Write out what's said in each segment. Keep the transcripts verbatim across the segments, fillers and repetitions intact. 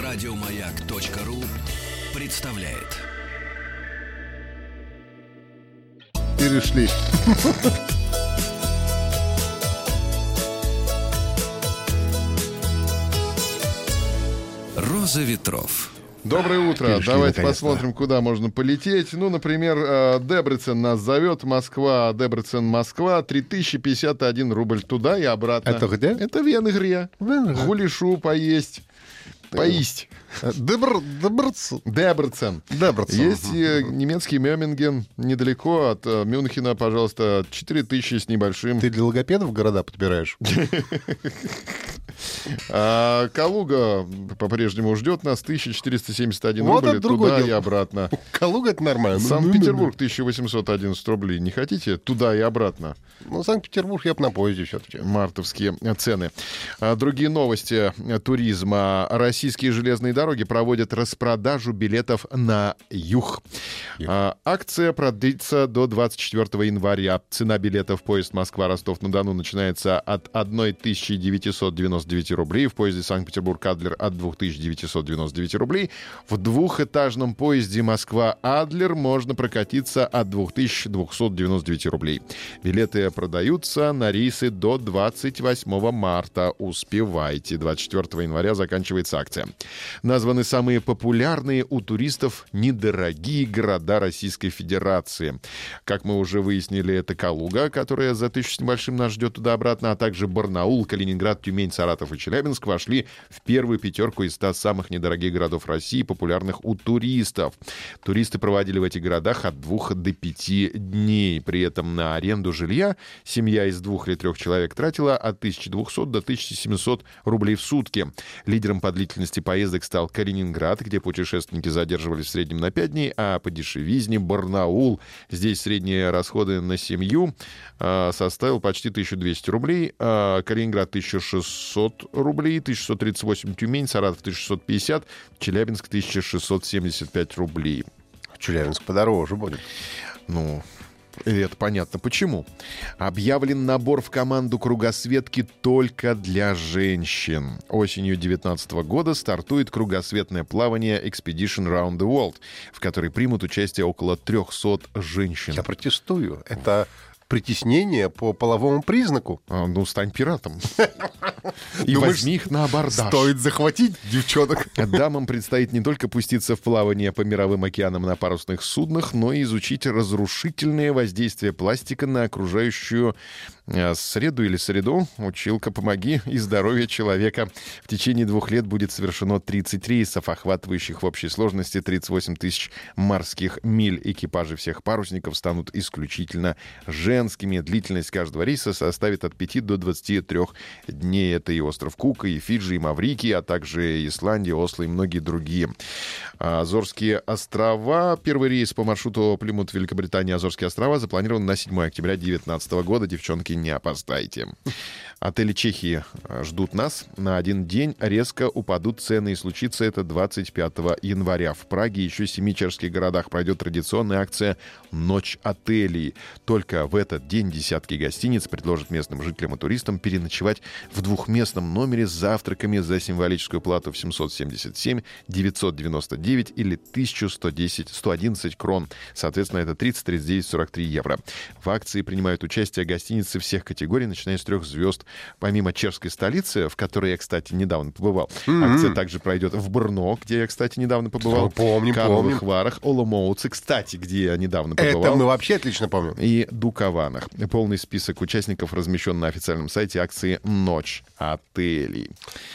Радиомаяк.ру представляет. Перешли. Роза ветров. Доброе утро. Перешли, Давайте наконец-то. посмотрим, куда можно полететь. Ну, например, Дебрецен нас зовет. Москва, Дебрецен, Москва. три тысячи пятьдесят один рубль туда и обратно. Это где? Это Венгрия. Венгрия. Гуляшу поесть. Поесть. Дебр... Дебрц... Дебрецен. Дебрецен. Есть э, немецкий Мёминген, недалеко от э, Мюнхена, пожалуйста, четыре тысячи с небольшим. Ты для логопедов города подбираешь? А Калуга по-прежнему ждет нас. тысяча четыреста семьдесят один Вот рубль это другое туда и дело. обратно. Калуга — это нормально. Санкт-Петербург тысяча восемьсот одиннадцать рублей. Не хотите? Туда и обратно. Ну, Санкт-Петербург я бы на поезде все-таки. Мартовские цены. А, Другие новости туризма. Российские железные дороги проводят распродажу билетов на юг. А, Акция продлится до двадцать четвёртого января. Цена билетов в поезд Москва-Ростов-на-Дону начинается от тысяча девятьсот девяносто девять рублей. В поезде Санкт-Петербург-Адлер от две тысячи девятьсот девяносто девять рублей. В двухэтажном поезде Москва-Адлер можно прокатиться от две тысячи двести девяносто девять рублей. Билеты продаются на рейсы до двадцать восьмого марта. Успевайте. двадцать четвёртого января заканчивается акция. Названы самые популярные у туристов недорогие города Российской Федерации. Как мы уже выяснили, это Калуга, которая за тысячу с небольшим нас ждет туда-обратно, а также Барнаул, Калининград, Тюмень, Саратов и Челябинск вошли в первую пятерку из ста самых недорогих городов России, популярных у туристов. Туристы проводили в этих городах от двух до пяти дней. При этом на аренду жилья семья из двух или трех человек тратила от тысячи двухсот до тысячи семисот рублей в сутки. Лидером по длительности поездок стал Калининград, где путешественники задерживались в среднем на пять дней, а по дешевизне Барнаул. Здесь средние расходы на семью э, составил почти тысячу двести рублей. Э, Калининград тысяча шестьсот рублей, тысяча шестьсот тридцать восемь Тюмень, Саратов тысяча шестьсот пятьдесят, Челябинск тысяча шестьсот семьдесят пять рублей. Челябинск подороже будет. Ну... И это понятно почему. Объявлен набор в команду кругосветки только для женщин. Осенью две тысячи девятнадцатого года стартует кругосветное плавание Expedition Round the World, в которой примут участие около трехсот женщин. Я протестую. Это притеснение по половому признаку. А, ну, стань пиратом. И Думаешь, возьми их на абордаж. Стоит захватить девчонок. Дамам предстоит не только пуститься в плавание по мировым океанам на парусных суднах, но и изучить разрушительное воздействие пластика на окружающую э, среду или среду. Училка, помоги, и здоровье человека. В течение двух лет будет совершено тридцать рейсов, охватывающих в общей сложности тридцать восемь тысяч морских миль. Экипажи всех парусников станут исключительно женскими. Длительность каждого рейса составит от пяти до двадцати трёх дней. Это и остров Кука, и Фиджи, и Маврикий, а также Исландия, Осло и многие другие. Азорские острова. Первый рейс по маршруту Плимут, Великобритания, Азорские острова запланирован на седьмое октября две тысячи девятнадцатого года. Девчонки, не опоздайте. Отели Чехии ждут нас. На один день резко упадут цены, и случится это двадцать пятого января. В Праге и еще семи чешских городах пройдет традиционная акция «Ночь отелей». Только в этот день десятки гостиниц предложат местным жителям и туристам переночевать в двухместном номере с завтраками за символическую плату в семьсот семьдесят семь, девятьсот девяносто девять или тысяча сто десять, сто одиннадцать крон. Соответственно, это тридцать, тридцать девять, сорок три евро. В акции принимают участие гостиницы всех категорий, начиная с трех звезд. Помимо чешской столицы, в которой я, кстати, недавно побывал, mm-hmm. акция также пройдет в Брно, где я, кстати, недавно побывал. Oh, помним, Карловых помним. Варах, Оломоуце, кстати, где я недавно побывал. Это мы вообще отлично помним. И Дукованах. Полный список участников размещен на официальном сайте акции «Ночь отелей».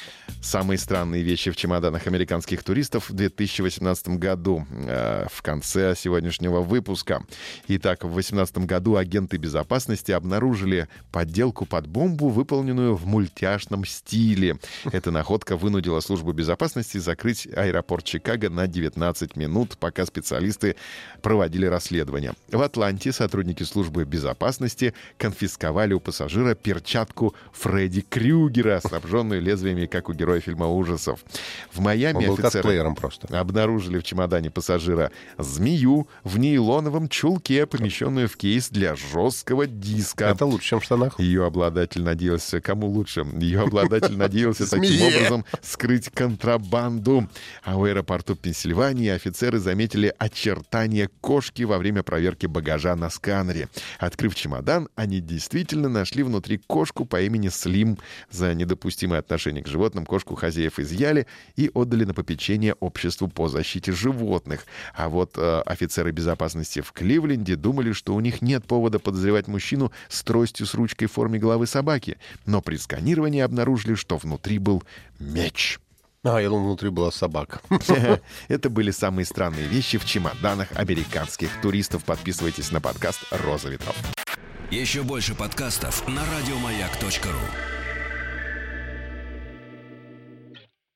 Самые странные вещи в чемоданах американских туристов в две тысячи восемнадцатом году. Э, в конце сегодняшнего выпуска. Итак, в две тысячи восемнадцатом году агенты безопасности обнаружили подделку под бомбу, выполненную в мультяшном стиле. Эта находка вынудила службу безопасности закрыть аэропорт Чикаго на девятнадцать минут, пока специалисты проводили расследование. В Атланте сотрудники службы безопасности конфисковали у пассажира перчатку Фредди Крюгера, снабженную лезвиями, как у у героя фильма ужасов. В Майами Он был офицеры косплеером просто. обнаружили в чемодане пассажира змею в нейлоновом чулке, помещенную в кейс для жесткого диска. Это лучше, чем в штанах. Ее обладатель надеялся... Кому лучше? Ее обладатель надеялся таким образом скрыть контрабанду. А у аэропорту Пенсильвании офицеры заметили очертания кошки во время проверки багажа на сканере. Открыв чемодан, они действительно нашли внутри кошку по имени Слим. За недопустимое отношение к животным кошку хозяев изъяли и отдали на попечение обществу по защите животных. А вот э, офицеры безопасности в Кливленде думали, что у них нет повода подозревать мужчину с тростью с ручкой в форме головы собаки. Но при сканировании обнаружили, что внутри был меч. А, я думал, внутри была собака. Это были самые странные вещи в чемоданах американских туристов. Подписывайтесь на подкаст «Роза ветров». Еще больше подкастов на радиомаяк точка ру.